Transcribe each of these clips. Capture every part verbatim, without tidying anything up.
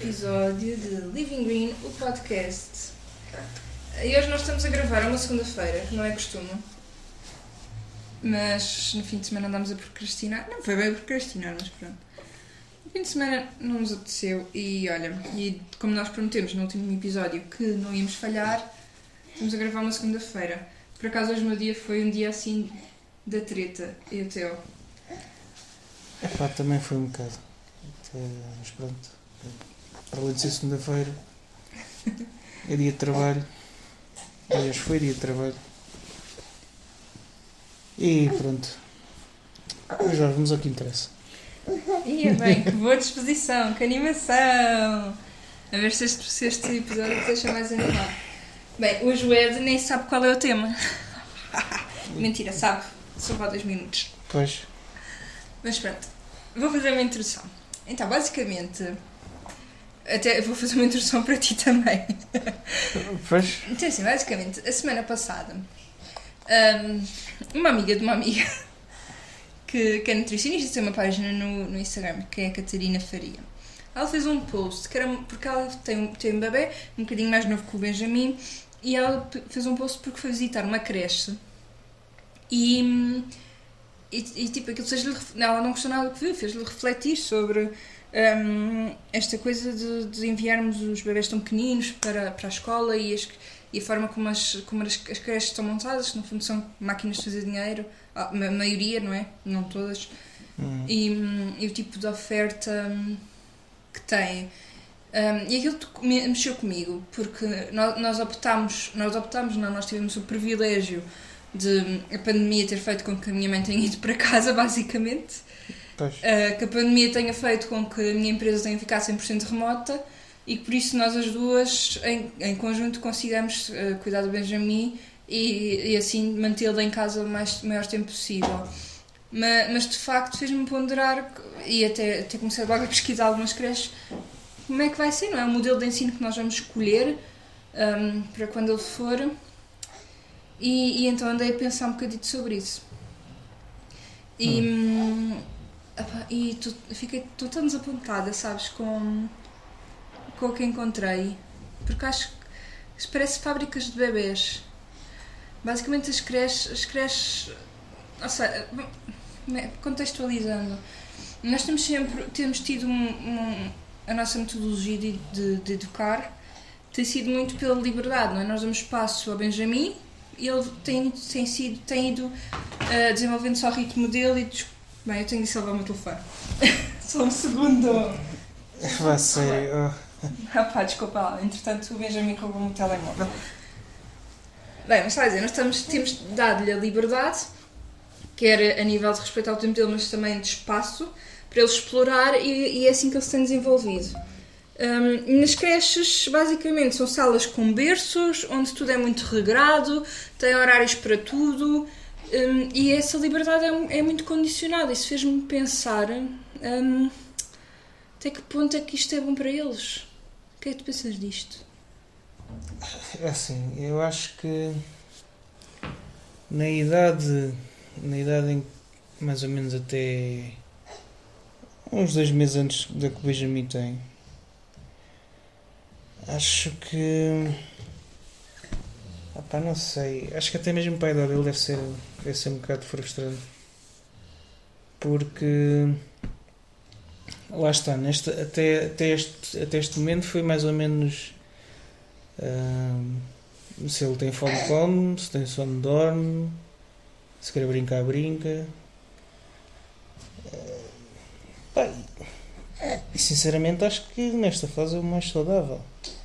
episódio de Living Green, o podcast. E hoje nós estamos a gravar uma segunda-feira, que não é costume. Mas no fim de semana andámos a procrastinar. Não foi bem procrastinar, mas pronto. No fim de semana não nos apeteceu e olha, e como nós prometemos no último episódio que não íamos falhar, estamos a gravar uma segunda-feira. Por acaso hoje o meu dia foi um dia assim da treta. E o teu? Epá, também foi um bocado. Até, mas pronto. Para além de ser segunda-feira, é dia de trabalho. Aliás, foi dia de trabalho. E pronto. Mas já vamos ao que interessa. Ia bem, que boa disposição, que animação! A ver se este, se este episódio te deixa mais animado. Bem, hoje o Ed nem sabe qual é o tema. Mentira, sabe. Só para dois minutos. Pois. Mas pronto, vou fazer uma introdução. Então, basicamente, até vou fazer uma introdução para ti também. Pois. Então, assim, basicamente, a semana passada, um, uma amiga de uma amiga que, que é nutricionista, tem uma página no, no Instagram, que é a Catarina Faria. Ela fez um post, que era, porque ela tem, tem um bebê, um bocadinho mais novo que o Benjamin, e ela fez um post porque foi visitar uma creche. E... E, e tipo, aquilo fez-lhe, ela não gostou nada do que viu, fez-lhe refletir sobre um, esta coisa de, de enviarmos os bebés tão pequeninos para, para a escola e, as, e a forma como, as, como as, as creches estão montadas, que no fundo são máquinas de fazer dinheiro, a maioria, não é? Não todas. Uhum. E, e o tipo de oferta que têm. Um, e aquilo mexeu comigo, porque nós, nós optámos, nós optámos, não, nós tivemos o privilégio de a pandemia ter feito com que a minha mãe tenha ido para casa, basicamente. Uh, que a pandemia tenha feito com que a minha empresa tenha ficado cem por cento remota e que por isso nós as duas, em, em conjunto, consigamos uh, cuidar do Benjamin e, e assim mantê-lo em casa o mais, maior tempo possível. Mas, mas de facto fez-me ponderar e até, até comecei logo a pesquisar algumas creches como é que vai ser, não é? O modelo de ensino que nós vamos escolher um, para quando ele for. E, e então andei a pensar um bocadinho sobre isso. E, hum. opa, e tô, fiquei tô tão desapontada, sabes, com, com o que encontrei. Porque acho que isso parece fábricas de bebés. Basicamente as creches, as creches, ou seja, contextualizando, nós temos sempre, temos tido um, um, a nossa metodologia de, de, de educar tem sido muito pela liberdade, não é? Nós damos espaço ao Benjamin e ele tem, tem, sido, tem ido uh, desenvolvendo só o ritmo dele e... Des... Bem, eu tenho de salvar o meu telefone. Só um segundo. Vai ser... Ah pá, desculpa lá. Entretanto, o Benjamin roubou-me o telemóvel. Bem, mas está a dizer, nós estamos, temos dado-lhe a liberdade, quer a nível de respeito ao tempo dele, mas também de espaço, para ele explorar e, e é assim que ele se tem desenvolvido. Um, nas creches, basicamente, são salas com berços, onde tudo é muito regrado, tem horários para tudo, um, e essa liberdade é, é muito condicionada. Isso fez-me pensar um, até que ponto é que isto é bom para eles. O que é que tu pensas disto? É assim, eu acho que na idade, na idade em mais ou menos até uns dois meses antes da que o Benjamin tem, acho que... Ah pá, não sei. Acho que até mesmo para a idade dele deve ser, deve ser um bocado frustrante. Porque... Lá está. Neste, até, até, este, até este momento foi mais ou menos... Hum, se ele tem fome, come. Se tem sono, dorme. Se quer brincar, brinca. Pá, e sinceramente acho que nesta fase é o mais saudável.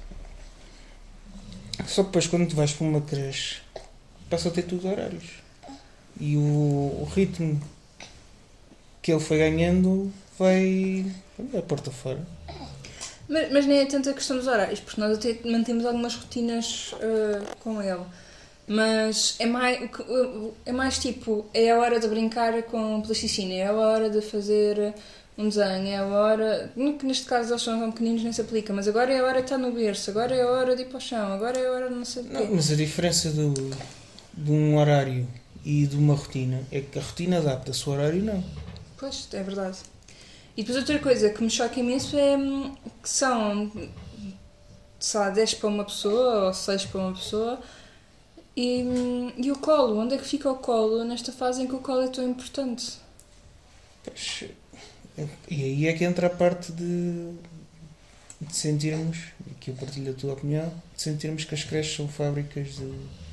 Só que depois quando tu vais para uma creche passa a ter tudo horários e o, o ritmo que ele foi ganhando vai a porta fora. Mas, mas nem é tanto a questão dos horários, porque nós até mantemos algumas rotinas uh, com ele, mas é mais, é mais tipo, é a hora de brincar com plasticina, é a hora de fazer um desenho, é a hora, que neste caso eles são tão pequeninos, nem se aplica, mas agora é a hora de estar no berço, agora é a hora de ir para o chão, agora é a hora de não sei o quê. Não, mas a diferença do, de um horário e de uma rotina é que a rotina adapta-se, o horário não. Pois, é verdade. E depois outra coisa que me choca imenso é hum, que são, sei lá, dez para uma pessoa ou seis para uma pessoa e, hum, e o colo, onde é que fica o colo nesta fase em que o colo é tão importante? Pois, e aí é que entra a parte de, de sentirmos, e aqui eu partilho a tua opinião, de sentirmos que as creches são fábricas de...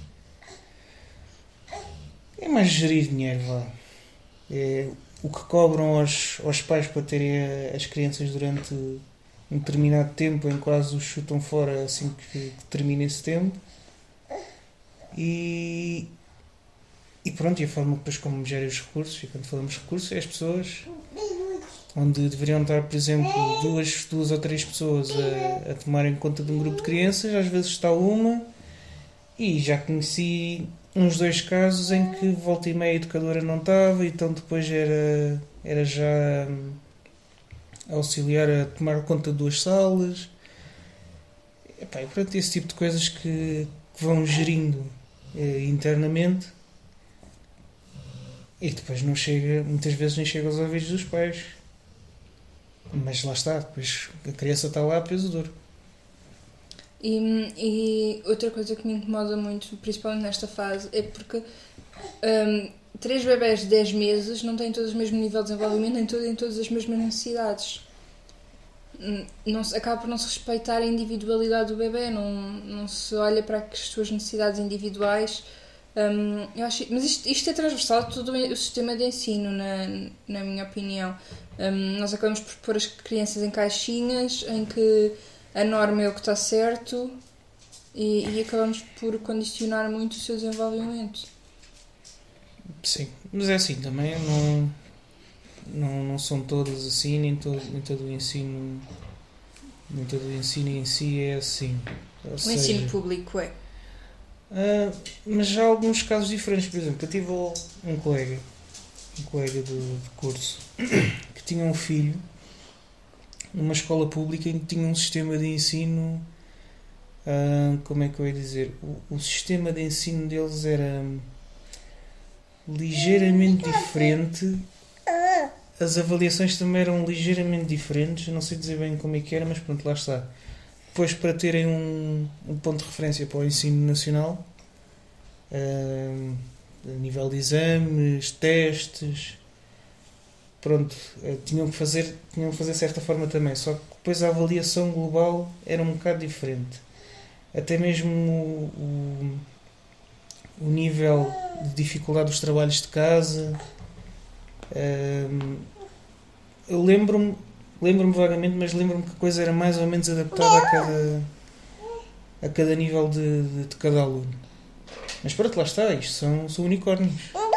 É mais gerir dinheiro, vá. É o que cobram aos, aos pais para terem a, as crianças durante um determinado tempo, em quase os chutam fora assim que, que termina esse tempo. E, e pronto, e a forma depois como gerem os recursos, e quando falamos de recursos, é as pessoas, onde deveriam estar, por exemplo, duas, duas ou três pessoas a, a tomarem conta de um grupo de crianças, às vezes está uma, e já conheci uns dois casos em que volta e meia a educadora não estava, então depois era, era já auxiliar a tomar conta de duas salas. E, pá, e pronto, esse tipo de coisas que, que vão gerindo eh, internamente e depois não chega, muitas vezes nem chega aos ouvidos dos pais. Mas lá está, depois a criança está lá a peso duro. E, e outra coisa que me incomoda muito, principalmente nesta fase, é porque um, três bebés de dez meses não têm todos o mesmo nível de desenvolvimento, nem têm todas as mesmas necessidades. Não se, acaba por não se respeitar a individualidade do bebê, não, não se olha para as suas necessidades individuais. Um, eu acho, mas isto, isto é transversal a todo o sistema de ensino, na, na minha opinião. Um, nós acabamos por pôr as crianças em caixinhas em que a norma é o que está certo e, e acabamos por condicionar muito o seu desenvolvimento. Sim, mas é assim, também não, não, não são todas assim, nem todo, nem todo o ensino nem todo o ensino em si é assim. Ou o seja, ensino público é. Uh, mas há alguns casos diferentes. Por exemplo, eu tive um colega, um colega de, de curso, que tinha um filho numa escola pública em que tinha um sistema de ensino, uh, como é que eu ia dizer, o, o sistema de ensino deles era ligeiramente diferente, as avaliações também eram ligeiramente diferentes, não sei dizer bem como é que era, mas pronto, lá está. Depois, para terem um, um ponto de referência para o ensino nacional, uh, a nível de exames, testes, pronto, uh, tinham que fazer, tinham que fazer de certa forma também, só que depois a avaliação global era um bocado diferente. Até mesmo o, o, o nível de dificuldade dos trabalhos de casa. Uh, eu lembro-me Lembro-me vagamente, mas lembro-me que a coisa era mais ou menos adaptada a cada, a cada nível de, de, de cada aluno. Mas pronto, lá está, isto são, são unicórnios.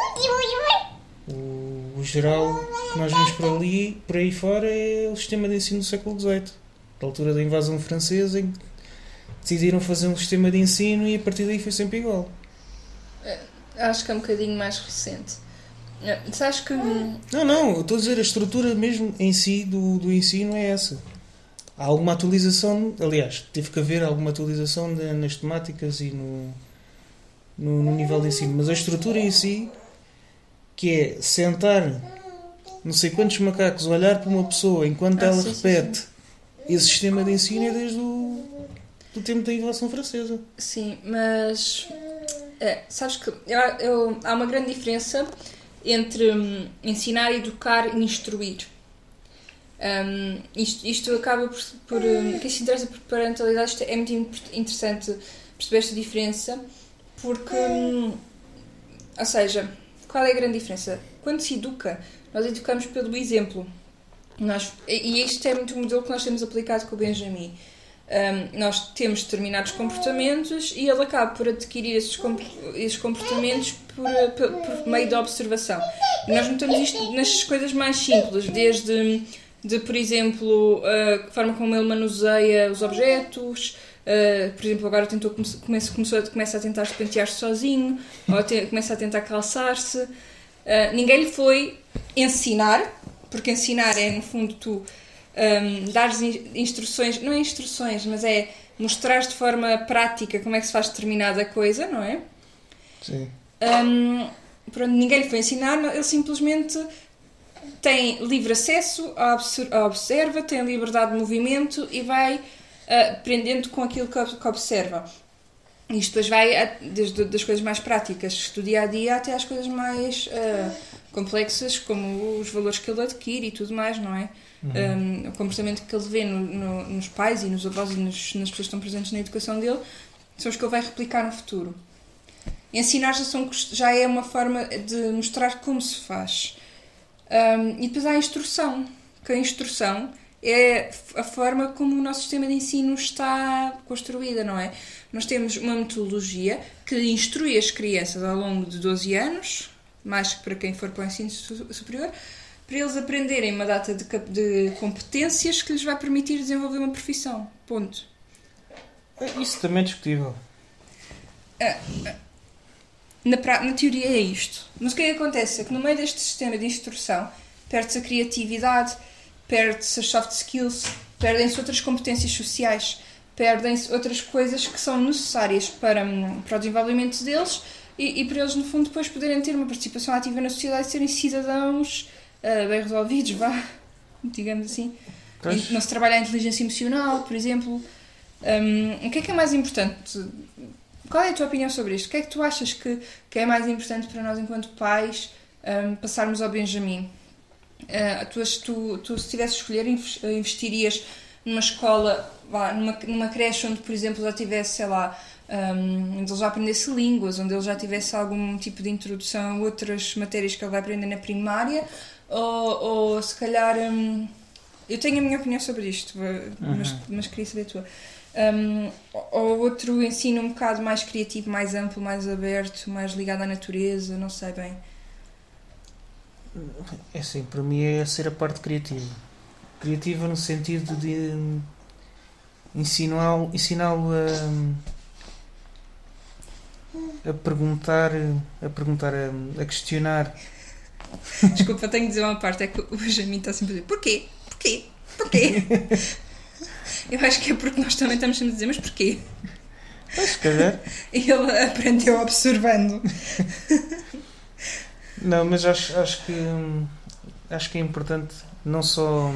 O, o geral que nós vemos por ali, por aí fora, é o sistema de ensino do século dezoito. Da altura da invasão francesa, em que decidiram fazer um sistema de ensino e a partir daí foi sempre igual. Acho que é um bocadinho mais recente. Sabes que... Não, não, eu estou a dizer, a estrutura mesmo em si do, do ensino é essa. Há alguma atualização, aliás, teve que haver alguma atualização de, nas temáticas e no, no, no nível de ensino, mas a estrutura em si, que é sentar não sei quantos macacos, olhar para uma pessoa enquanto ah, ela sim, repete sim, sim. Esse sistema de ensino é desde o do tempo da invasão francesa. Sim, mas é, sabes que eu, eu, há uma grande diferença entre um, ensinar, educar e instruir. Um, isto, isto acaba por... por um, quem se interessa por parentalidade, isto é muito interessante perceber esta diferença, porque... Um, ou seja, qual é a grande diferença? Quando se educa, nós educamos pelo exemplo. Nós, e isto é muito o modelo que nós temos aplicado com o Benjamin. Um, nós temos determinados comportamentos e ele acaba por adquirir esses, esses comportamentos por, por, por meio da observação. E nós notamos isto nas coisas mais simples, desde, de, por exemplo, a forma como ele manuseia os objetos, uh, por exemplo, agora tentou, começa, começou, começa a tentar pentear-se sozinho, ou te, começa a tentar calçar-se. Uh, ninguém lhe foi ensinar, porque ensinar é, no fundo, tu... Um, dar instruções, não é instruções, mas é mostrar de forma prática como é que se faz determinada coisa, não é? Sim. Um, pronto, ninguém lhe foi ensinar, ele simplesmente tem livre acesso, observa, tem liberdade de movimento e vai uh, aprendendo com aquilo que observa. Isto depois vai desde das coisas mais práticas do dia a dia até às coisas mais uh, complexas, como os valores que ele adquire e tudo mais, não é? Uhum. Um, o comportamento que ele vê no, no, nos pais e nos avós e nos, nas pessoas que estão presentes na educação dele são os que ele vai replicar no futuro. Ensinar já, são, já é uma forma de mostrar como se faz. Um, e depois há a instrução, que a instrução é a forma como o nosso sistema de ensino está construída, não é? Nós temos uma metodologia que instrui as crianças ao longo de doze anos, mais que para quem for para o ensino superior, para eles aprenderem uma data de, de competências que lhes vai permitir desenvolver uma profissão. Ponto. Isso também é discutível. Na, na teoria é isto. Mas o que é que acontece? É que no meio deste sistema de instrução perde-se a criatividade, perde-se as soft skills, perdem-se outras competências sociais, perdem-se outras coisas que são necessárias para, para o desenvolvimento deles e, e para eles, no fundo, depois poderem ter uma participação ativa na sociedade e serem cidadãos uh, bem resolvidos, vá, digamos assim. Pois. Não se trabalha a inteligência emocional, por exemplo. Um, o que é que é mais importante? Qual é a tua opinião sobre isto? O que é que tu achas que, que é mais importante para nós, enquanto pais, um, passarmos ao Benjamin? Uh, tu, tu, tu, se tivesse escolher, investirias numa escola, vá, numa, numa creche onde, por exemplo, já tivesse, sei lá, um, onde ele já aprendesse línguas, onde ele já tivesse algum tipo de introdução a outras matérias que ele vai aprender na primária, ou, ou se calhar... Um, eu tenho a minha opinião sobre isto, mas, uhum. mas queria saber a tua. Um, ou outro ensino um bocado mais criativo, mais amplo, mais aberto, mais ligado à natureza, não sei bem. É assim, para mim é ser a parte criativa. Criativa no sentido de ensiná-lo, ensiná-lo a, a perguntar, a perguntar, a, a questionar. Desculpa, tenho de dizer uma parte, é que o Benjamin está sempre a dizer porquê? Porquê? Porquê? Eu acho que é porque nós também estamos sempre a dizer, mas porquê? Mas se calhar. E ele aprendeu observando. Não, mas acho, acho que acho que é importante não só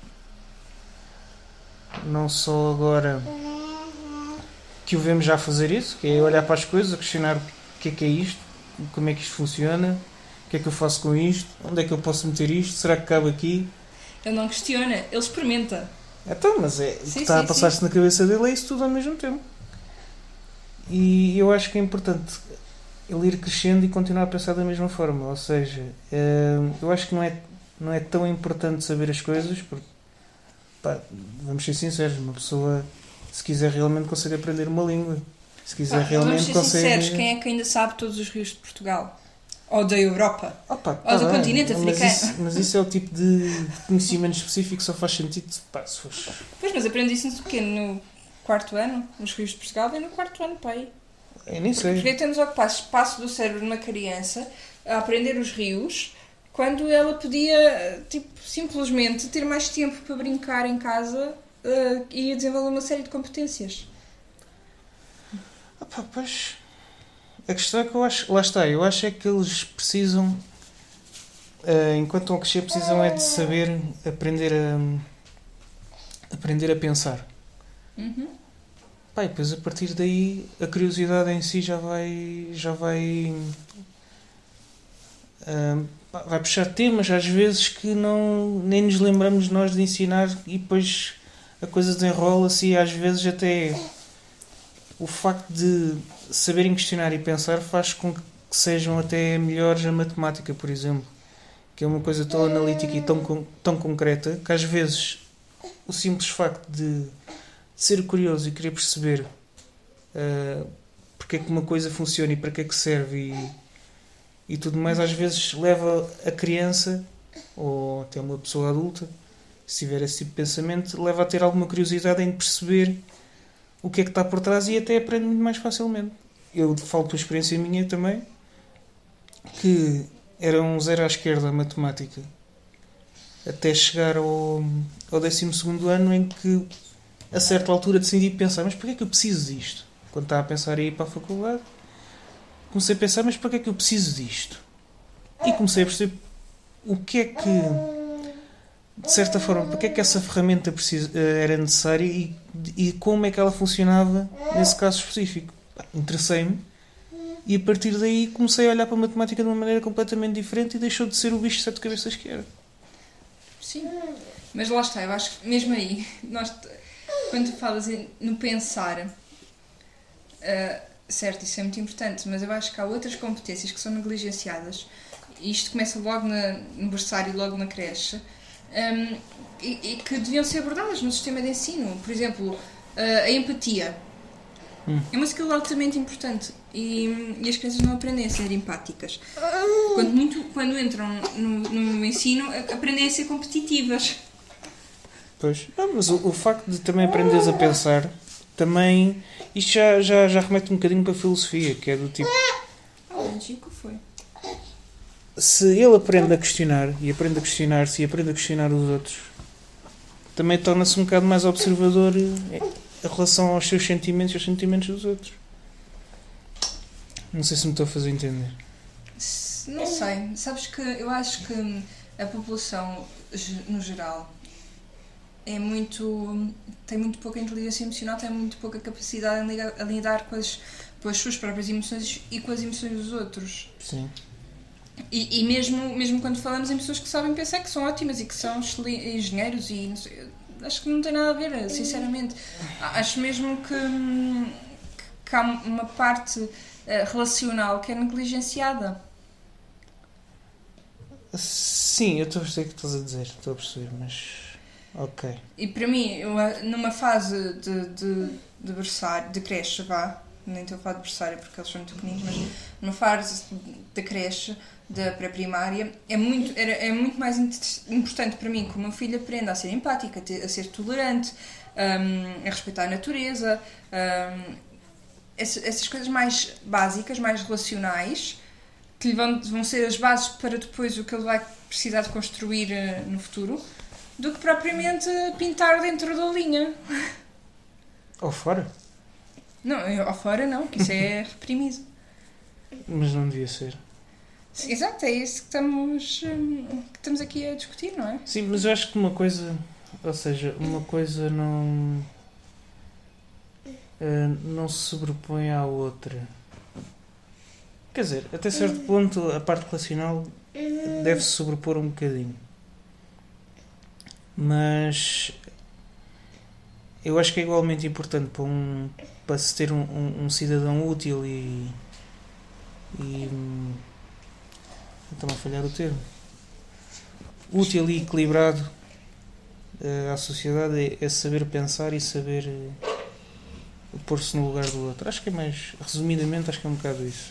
não só agora que o vemos já fazer isso, que é olhar para as coisas, questionar o que é que é isto, como é que isto funciona, o que é que eu faço com isto, onde é que eu posso meter isto, será que cabe aqui? Ele não questiona, ele experimenta. Então, mas é, sim, o que está sim, a passar-se na cabeça dele é isso tudo ao mesmo tempo. E eu acho que é importante ele ir crescendo e continuar a pensar da mesma forma. Ou seja, eu acho que não é, não é tão importante saber as coisas, porque, pá, vamos ser sinceros, uma pessoa, se quiser realmente, consegue aprender uma língua. Se quiser pá, realmente, vamos ser consegue... sinceros, quem é que ainda sabe todos os rios de Portugal? Ou da Europa? Opa, tá ou do bem, continente africano? Mas isso, mas isso é o tipo de, de conhecimento específico que só faz sentido, pá, se fores... Pois, mas aprendi isso no pequeno, no quarto ano, nos rios de Portugal, vem no quarto ano, pai. Eu nem sei. Porque temos ocupado espaço do cérebro de uma criança a aprender os rios, quando ela podia, tipo, simplesmente ter mais tempo para brincar em casa uh, e desenvolver uma série de competências. Opa, pois... A questão é que eu acho... Lá está, eu acho é que eles precisam... Uh, enquanto estão a crescer, precisam é de saber aprender a... aprender a pensar. Uhum. Pá, e depois a partir daí a curiosidade em si já vai... já vai... Uh, vai puxar temas às vezes que não, nem nos lembramos nós de ensinar e depois a coisa desenrola-se e às vezes até... O facto de saberem questionar e pensar faz com que sejam até melhores a matemática, por exemplo. Que é uma coisa tão analítica e tão, tão concreta que às vezes o simples facto de, de ser curioso e querer perceber uh, porque é que uma coisa funciona e para que é que serve e, e tudo mais, às vezes leva a criança ou até uma pessoa adulta, se tiver esse tipo de pensamento, leva a ter alguma curiosidade em perceber o que é que está por trás e até aprende muito mais facilmente. Eu falo por experiência minha também, que era um zero à esquerda a matemática, até chegar ao, ao décimo segundo ano em que, a certa altura, decidi pensar, mas porquê é que eu preciso disto? Quando estava a pensar em ir para a faculdade, comecei a pensar, mas porquê é que eu preciso disto? E comecei a perceber o que é que, de certa forma, porque é que essa ferramenta precisa, era necessária e, e como é que ela funcionava nesse caso específico. Interessei-me e a partir daí comecei a olhar para a matemática de uma maneira completamente diferente e deixou de ser o bicho de sete cabeças que era. Sim, mas lá está, eu acho que mesmo aí, nós, quando tu falas no pensar, uh, certo, isso é muito importante, mas eu acho que há outras competências que são negligenciadas, e isto começa logo na, no berçário, logo na creche, um, e, e que deviam ser abordadas no sistema de ensino. Por exemplo, uh, a empatia. Hum. É uma skill altamente importante e, e as crianças não aprendem a ser empáticas. Quando, muito, quando entram no, no ensino, aprendem a ser competitivas. Pois, não, mas o, o facto de também aprenderes a pensar, também, isto já, já, já remete um bocadinho para a filosofia, que é do tipo... Ah, o Chico foi. Se ele aprende a questionar, e aprende a questionar-se, e aprende a questionar os outros, também torna-se um bocado mais observador em relação aos seus sentimentos e aos sentimentos dos outros. Não sei se me estou a fazer entender. Não sei. Sabes que eu acho que a população, no geral, é muito, tem muito pouca inteligência emocional, tem muito pouca capacidade em lidar, a lidar com as, com as suas próprias emoções e com as emoções dos outros. Sim. E, e mesmo, mesmo quando falamos em pessoas que sabem pensar, que são ótimas e que são engenheiros e não sei, acho que não tem nada a ver, sinceramente. Acho mesmo que, que há uma parte relacional que é negligenciada. Sim, eu estou a perceber o que estás a dizer, estou a perceber, mas... ok. E para mim, eu, numa fase de, de, de berçário, de creche, vá, nem estou a falar de berçário porque eles são muito pequeninos, mas numa fase de creche, da pré-primária, é muito, era, é muito mais importante para mim que o meu filho aprenda a ser empática, a ser tolerante, um, a respeitar a natureza, um, essas, essas coisas mais básicas, mais relacionais, que lhe vão, vão ser as bases para depois o que ele vai precisar de construir uh, no futuro, do que propriamente pintar dentro da linha. Ou fora? Não, ao fora não, que isso é reprimido. Mas não devia ser. Exato, é isso que estamos, que estamos aqui a discutir, não é? Sim, mas eu acho que uma coisa, ou seja, uma coisa não, não se sobrepõe à outra. Quer dizer, até certo ponto a parte relacional deve-se sobrepor um bocadinho. Mas eu acho que é igualmente importante para, um, para se ter um, um, um cidadão útil e... e Estou-me a falhar o termo. Útil e equilibrado uh, à sociedade é, é saber pensar e saber uh, pôr-se no lugar do outro. Acho que é mais... Resumidamente, acho que é um bocado isso.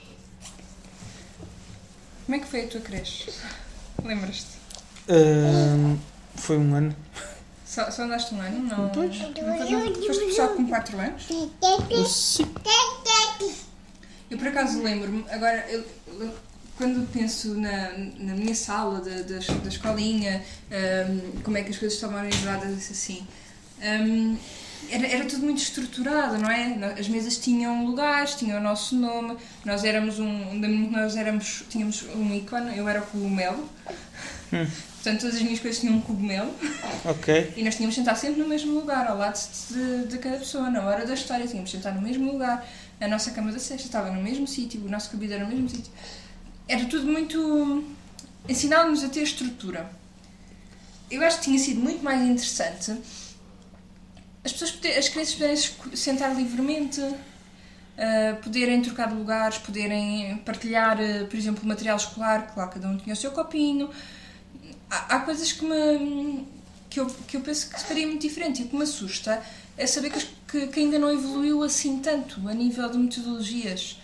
Como é que foi a tua creche? Lembras-te? Uh, foi um ano. Só, só andaste um ano? Não. Pois. Foste só com quatro anos? Sim. Eu por acaso lembro-me, agora... Eu, quando penso na, na minha sala da, da, da escolinha, um, como é que as coisas estavam organizadas assim, um, era, era tudo muito estruturado, não é? As mesas tinham lugares, tinham o nosso nome, nós éramos um, nós éramos, tínhamos um ícone, eu era o cogumelo, hum. Portanto todas as minhas coisas tinham um cogumelo, okay. E nós tínhamos de sentar sempre no mesmo lugar, ao lado de, de cada pessoa, na hora da história, tínhamos de sentar no mesmo lugar, a nossa cama da cesta estava no mesmo sítio, o nosso cabide era no mesmo sítio. Era tudo muito... ensinava-nos a ter estrutura. Eu acho que tinha sido muito mais interessante as, pessoas poder, as crianças poderem sentar livremente, uh, poderem trocar de lugares, poderem partilhar, uh, por exemplo, o material escolar, que lá cada um tinha o seu copinho. Há, há coisas que, me, que, eu, que eu penso que faria muito diferente e o que me assusta é saber que, que, que ainda não evoluiu assim tanto a nível de metodologias.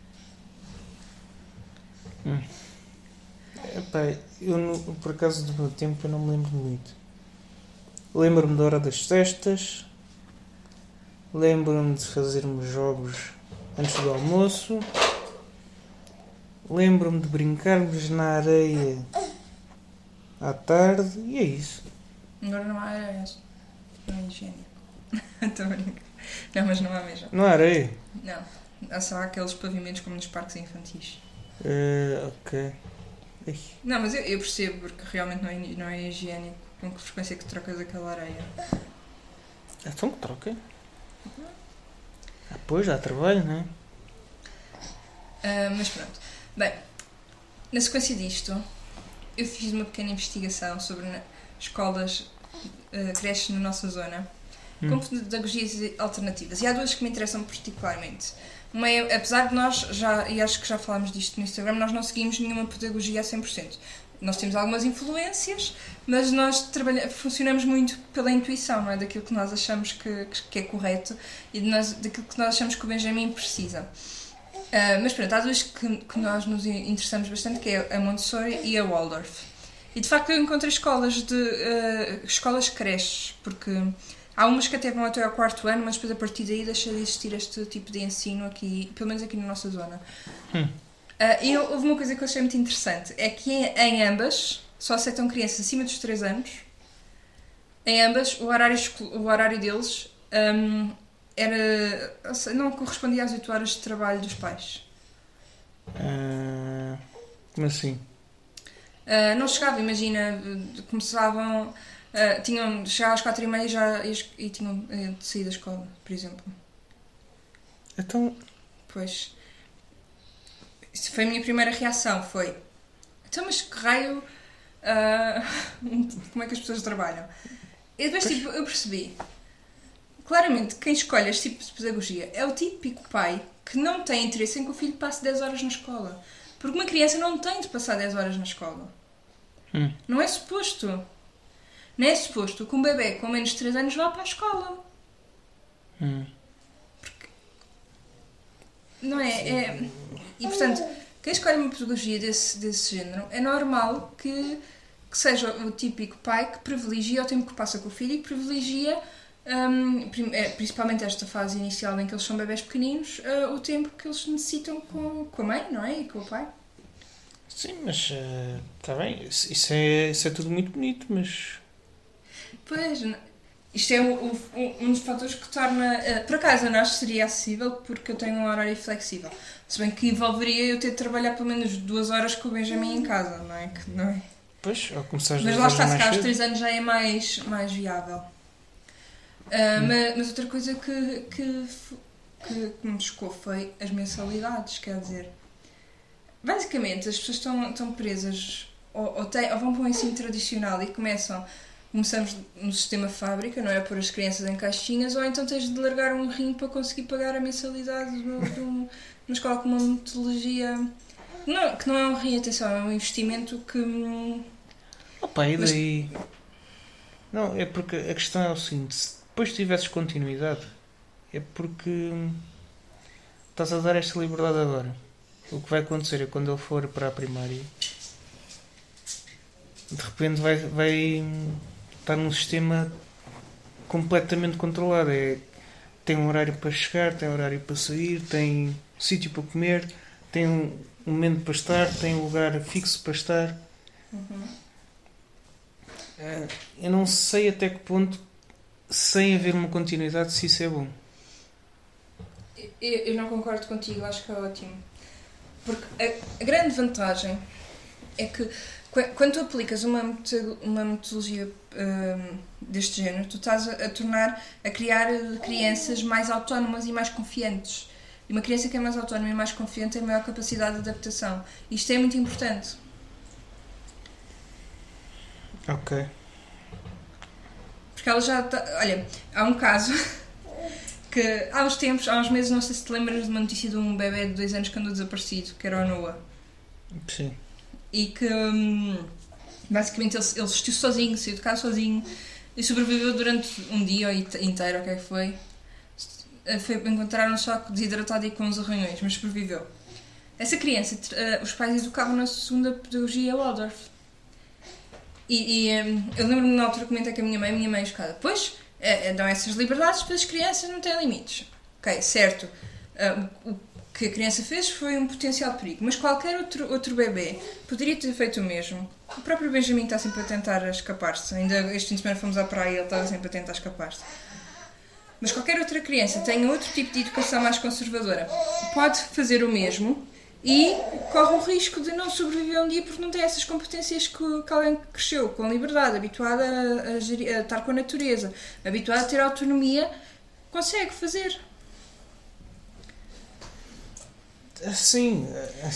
Hum. Epá, eu no, por acaso do meu tempo eu não me lembro muito. Lembro-me da hora das cestas, lembro-me de fazermos jogos antes do almoço, lembro-me de brincarmos na areia à tarde e é isso. Agora não há areia, não é higiênico. Estou a brincar. Não, mas não há mesmo. Não há areia? Não, há só aqueles pavimentos como nos parques infantis. Uh, ok. Ei. Não, mas eu, eu percebo, porque realmente não é, não é higiênico. Com que frequência é que trocas aquela areia? É tão que troca. Ah, pois, dá trabalho, não é? Uh, mas pronto. Bem, na sequência disto, eu fiz uma pequena investigação sobre na, escolas, uh, creches na nossa zona, hum. com pedagogias alternativas. E há duas que me interessam particularmente. Uma é, apesar de nós, já, e acho que já falámos disto no Instagram, nós não seguimos nenhuma pedagogia a cem por cento. Nós temos algumas influências, mas nós funcionamos muito pela intuição, não é? Daquilo que nós achamos que, que é correto e de nós, daquilo que nós achamos que o Benjamin precisa. Uh, mas pronto, há duas que, que nós nos interessamos bastante, que é a Montessori e a Waldorf. E de facto eu encontrei escolas de uh, escolas creches, porque há umas que até vão até ao quarto ano, mas depois a partir daí deixa de existir este tipo de ensino aqui, pelo menos aqui na nossa zona. Hum. Uh, e houve uma coisa que eu achei muito interessante, é que em, em ambas só aceitam crianças acima dos três anos. Em ambas o horário, o horário deles um, era, não correspondia às oito horas de trabalho dos pais. Uh, como assim? Uh, não chegava, imagina, começavam, uh, tinham, chegavam às quatro e meia já, e, e tinham uh, de sair da escola, por exemplo. Então... Pois... Isso foi a minha primeira reação, foi... Então, mas que raio... Uh, como é que as pessoas trabalham? E depois, tipo, eu percebi... Claramente, quem escolhe este tipo de pedagogia é o típico pai que não tem interesse em que o filho passe dez horas na escola. Porque uma criança não tem de passar dez horas na escola. Hum. Não é suposto. Não é suposto que um bebê com menos de três anos vá para a escola. Hum. Porque... Não é... é... E, portanto, quem escolhe uma pedagogia desse, desse género é normal que, que seja o típico pai que privilegia o tempo que passa com o filho e que privilegia, um, principalmente esta fase inicial em que eles são bebés pequeninos, uh, o tempo que eles necessitam com, com a mãe, não é? E com o pai. Sim, mas está uh, bem, isso é, isso é tudo muito bonito, mas... Pois... Isto é o, o, um dos fatores que torna... Uh, por acaso, eu não acho que seria acessível porque eu tenho um horário flexível. Se bem que envolveria eu ter de trabalhar pelo menos duas horas com o Benjamin em casa, não é? Que, não é? Pois, ao começar mas lá está, se cá aos três anos já é mais, mais viável. Uh, hum. mas, mas outra coisa que, que, que, que me chocou foi as mensalidades, quer dizer... Basicamente, as pessoas estão, estão presas ou, ou, têm, ou vão para um ensino tradicional e começam... Começamos no sistema fábrica, não é? Pôr as crianças em caixinhas, ou então tens de largar um rim para conseguir pagar a mensalidade de uma escola com uma metodologia... Não, que não é um rim, atenção, é um investimento que... Opa, e daí... Mas... Não, é porque a questão é o seguinte, se depois tivesses continuidade, é porque estás a dar esta liberdade agora. O que vai acontecer é quando ele for para a primária, de repente vai... vai está num sistema completamente controlado. É, tem um horário para chegar, tem horário para sair, tem sítio para comer, tem um momento para estar, tem um lugar fixo para estar. Uhum. Eu não sei até que ponto, sem haver uma continuidade, se isso é bom. Eu, eu não concordo contigo, acho que é ótimo. Porque a, a grande vantagem é que quando tu aplicas uma, uma metodologia um, deste género, tu estás a, a tornar, a criar crianças mais autónomas e mais confiantes. E uma criança que é mais autónoma e mais confiante tem maior capacidade de adaptação. Isto é muito importante. Ok. Porque ela já está... Olha, há um caso que há uns tempos, há uns meses, não sei se te lembras de uma notícia de um bebê de dois anos que andou desaparecido, que era o Noah. Sim. E que hum, basicamente ele, ele vestiu sozinho, saiu de casa sozinho e sobreviveu durante um dia inteiro, o que é que foi. foi encontraram só desidratado e com uns arranhões, mas sobreviveu. Essa criança, uh, os pais educavam na segunda pedagogia Waldorf. E, e um, eu lembro-me na altura comentei com a minha mãe, a minha mãe escada, pois, é, dão essas liberdades, para as crianças não têm limites. Ok, certo. Uh, o, o que a criança fez foi um potencial perigo, mas qualquer outro, outro bebê poderia ter feito o mesmo. O próprio Benjamin está sempre a tentar escapar-se. Ainda este fim de semana fomos à praia e ele estava sempre a tentar escapar-se. Mas qualquer outra criança tenha outro tipo de educação mais conservadora pode fazer o mesmo e corre o risco de não sobreviver um dia porque não tem essas competências que, que alguém que cresceu com liberdade, habituado a, a, gerir, a estar com a natureza, habituado a ter autonomia, consegue fazer. Sim,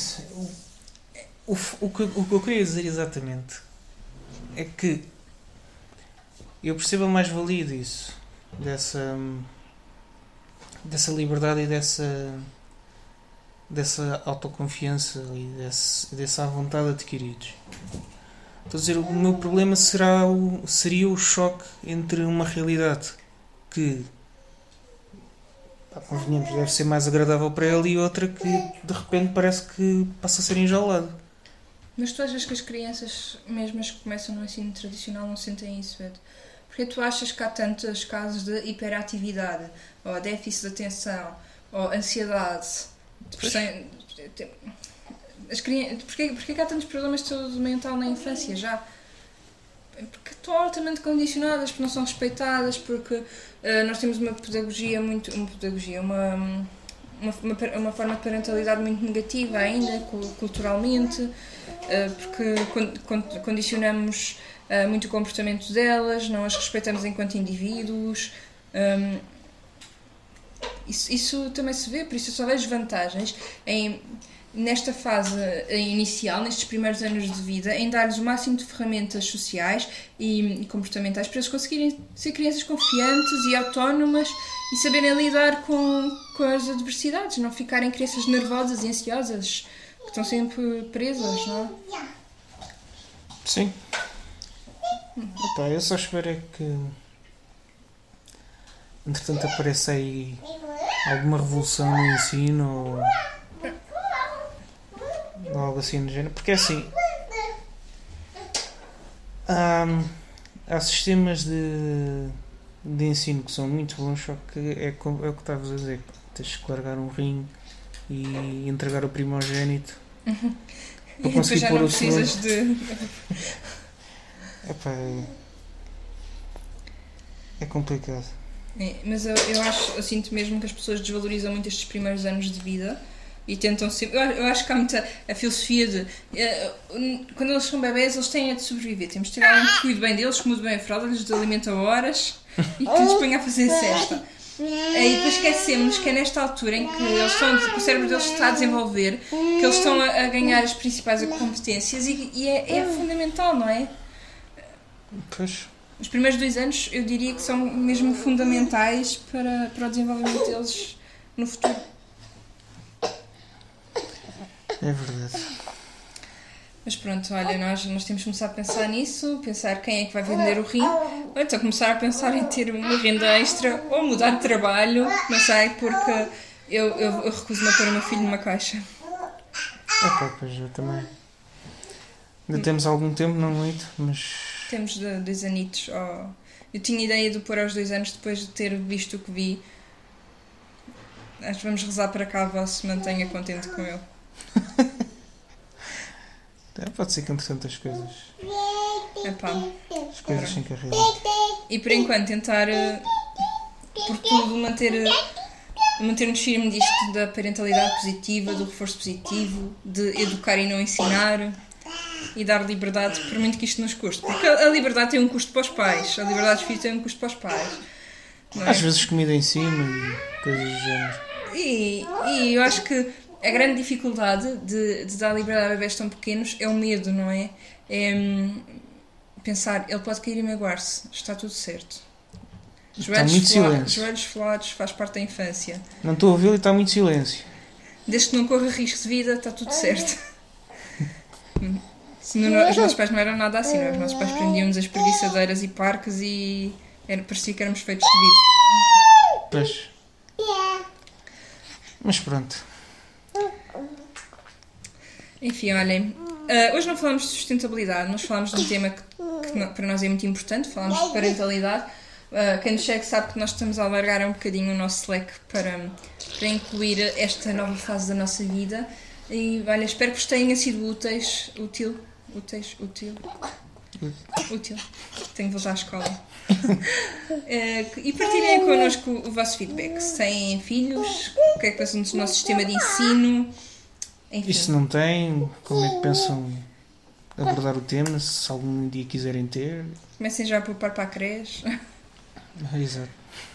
o, o, o, que, o que eu queria dizer exatamente é que eu percebo a mais-valia disso, dessa, dessa liberdade e dessa, dessa autoconfiança e desse, dessa vontade adquiridos. Estou a dizer, o meu problema será o, seria o choque entre uma realidade que, convenhamos, deve ser mais agradável para ele e outra que de repente parece que passa a ser enjaulado. Mas tu achas que as crianças, mesmo as que começam no ensino tradicional, não sentem isso, Ed? Porque tu achas que há tantos casos de hiperatividade, ou déficit de atenção, ou ansiedade, depressão... As crianças, porquê, porquê que há tantos problemas de saúde mental na infância já? Porque estão altamente condicionadas, porque não são respeitadas, porque uh, nós temos uma pedagogia muito... Uma pedagogia, uma, uma, uma, uma forma de parentalidade muito negativa ainda, culturalmente, uh, porque con, condicionamos uh, muito o comportamento delas, não as respeitamos enquanto indivíduos. Um, isso, isso também se vê, por isso eu só vejo vantagens em... nesta fase inicial, nestes primeiros anos de vida, em dar-lhes o máximo de ferramentas sociais e comportamentais para eles conseguirem ser crianças confiantes e autónomas e saberem lidar com, com as adversidades, não ficarem crianças nervosas e ansiosas, que estão sempre presas, não é? Sim. Opa, eu só espero é que entretanto apareça aí alguma revolução no ensino ou algo assim do género, porque assim há, há sistemas de, de ensino que são muito bons, só que é, é o que estavas a dizer, tens que largar um rim e entregar o primogénito uhum. para conseguir já pôr não o segundo. precisas de... Epá, é, é complicado. É, mas eu, eu acho, eu sinto mesmo que as pessoas desvalorizam muito estes primeiros anos de vida e tentam sempre... Eu, eu acho que há muita a filosofia de... Uh, quando eles são bebés, eles têm a de sobreviver. Temos de ter alguém que cuide bem deles, que mude bem a fralda, lhes alimenta horas e que lhes ponha a fazer cesta. E depois esquecemos que é nesta altura em que, eles estão, que o cérebro deles está a desenvolver, que eles estão a, a ganhar as principais competências e, e é, é fundamental, não é? Pois. Os primeiros dois anos eu diria que são mesmo fundamentais para, para o desenvolvimento deles no futuro. É verdade. Mas pronto, olha, nós, nós temos que começar a pensar nisso, pensar quem é que vai vender o rim, ou então começar a pensar em ter uma renda extra ou mudar de trabalho, não sei, porque eu, eu, eu recuso-me a pôr o meu filho numa caixa. É pá, pois eu também. Ainda temos algum tempo, não muito, mas... Temos de, dois anitos. Oh. Eu tinha ideia de o pôr aos dois anos depois de ter visto o que vi. Acho que vamos rezar para que a avó se mantenha contente com ele. É, pode ser que entretanto as coisas... Epá. As coisas se encarregam. E por enquanto tentar, por tudo, manter, manter-nos firme disto da parentalidade positiva, do reforço positivo, de educar e não ensinar. E dar liberdade, por muito que isto nos custe. Porque a liberdade tem um custo para os pais. A liberdade de filho tem um custo para os pais. Não é? Às vezes comida em cima e coisas do género. E, e eu acho que a grande dificuldade de, de dar liberdade a bebés tão pequenos é o medo, não é? É hum, pensar, ele pode cair e magoar-se. Está tudo certo. Joelhos, muito fla- silêncio. joelhos falados faz parte da infância. Não estou a ouvi-lo e está muito silêncio. Desde que não corra risco de vida, está tudo certo. Se não, os nossos pais não eram nada assim, não? Os nossos pais prendiam-nos as preguiçadeiras e parques e era, parecia que éramos feitos de vidro. Pois. Mas pronto. Enfim, olhem, uh, hoje não falamos de sustentabilidade, nós falamos de um tema que, que não, para nós é muito importante, falamos de parentalidade. Uh, quem nos segue sabe que nós estamos a alargar um bocadinho o nosso leque para, para incluir esta nova fase da nossa vida. E olha, espero que vos tenha sido úteis, útil, úteis, útil, útil, tenho de voltar à escola. uh, e partilhem connosco o vosso feedback, se têm filhos, o que é que pensam do nosso sistema de ensino, Enfim. E se não tem, como é que pensam abordar o tema, se algum dia quiserem ter? Comecem já a poupar para a creche. Ah, exato.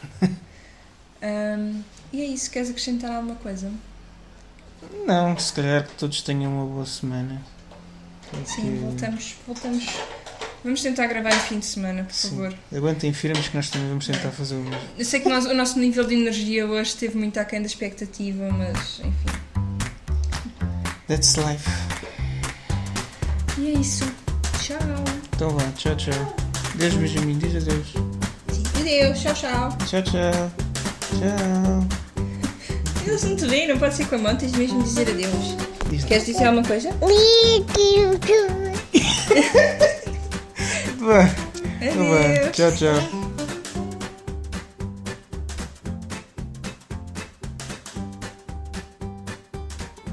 Um, e é isso, queres acrescentar alguma coisa? Não, se calhar que todos tenham uma boa semana. Porque... Sim, voltamos, voltamos. Vamos tentar gravar no fim de semana, por Sim. favor. Aguentem firmes que nós também vamos tentar fazer o mesmo. Eu sei que nós, o nosso nível de energia hoje esteve muito aquém da expectativa, mas enfim. That's life. E é isso. Tchau. Então vá, tchau, tchau. Deus, Benjamin, diz adeus. Sim. Adeus, tchau, tchau. Tchau, tchau. Tchau. Eu não te vejo, não pode ser com a mão, tens mesmo de dizer adeus. Diz. Queres dizer alguma coisa? Vá. Então vá. Adeus. Tchau, tchau.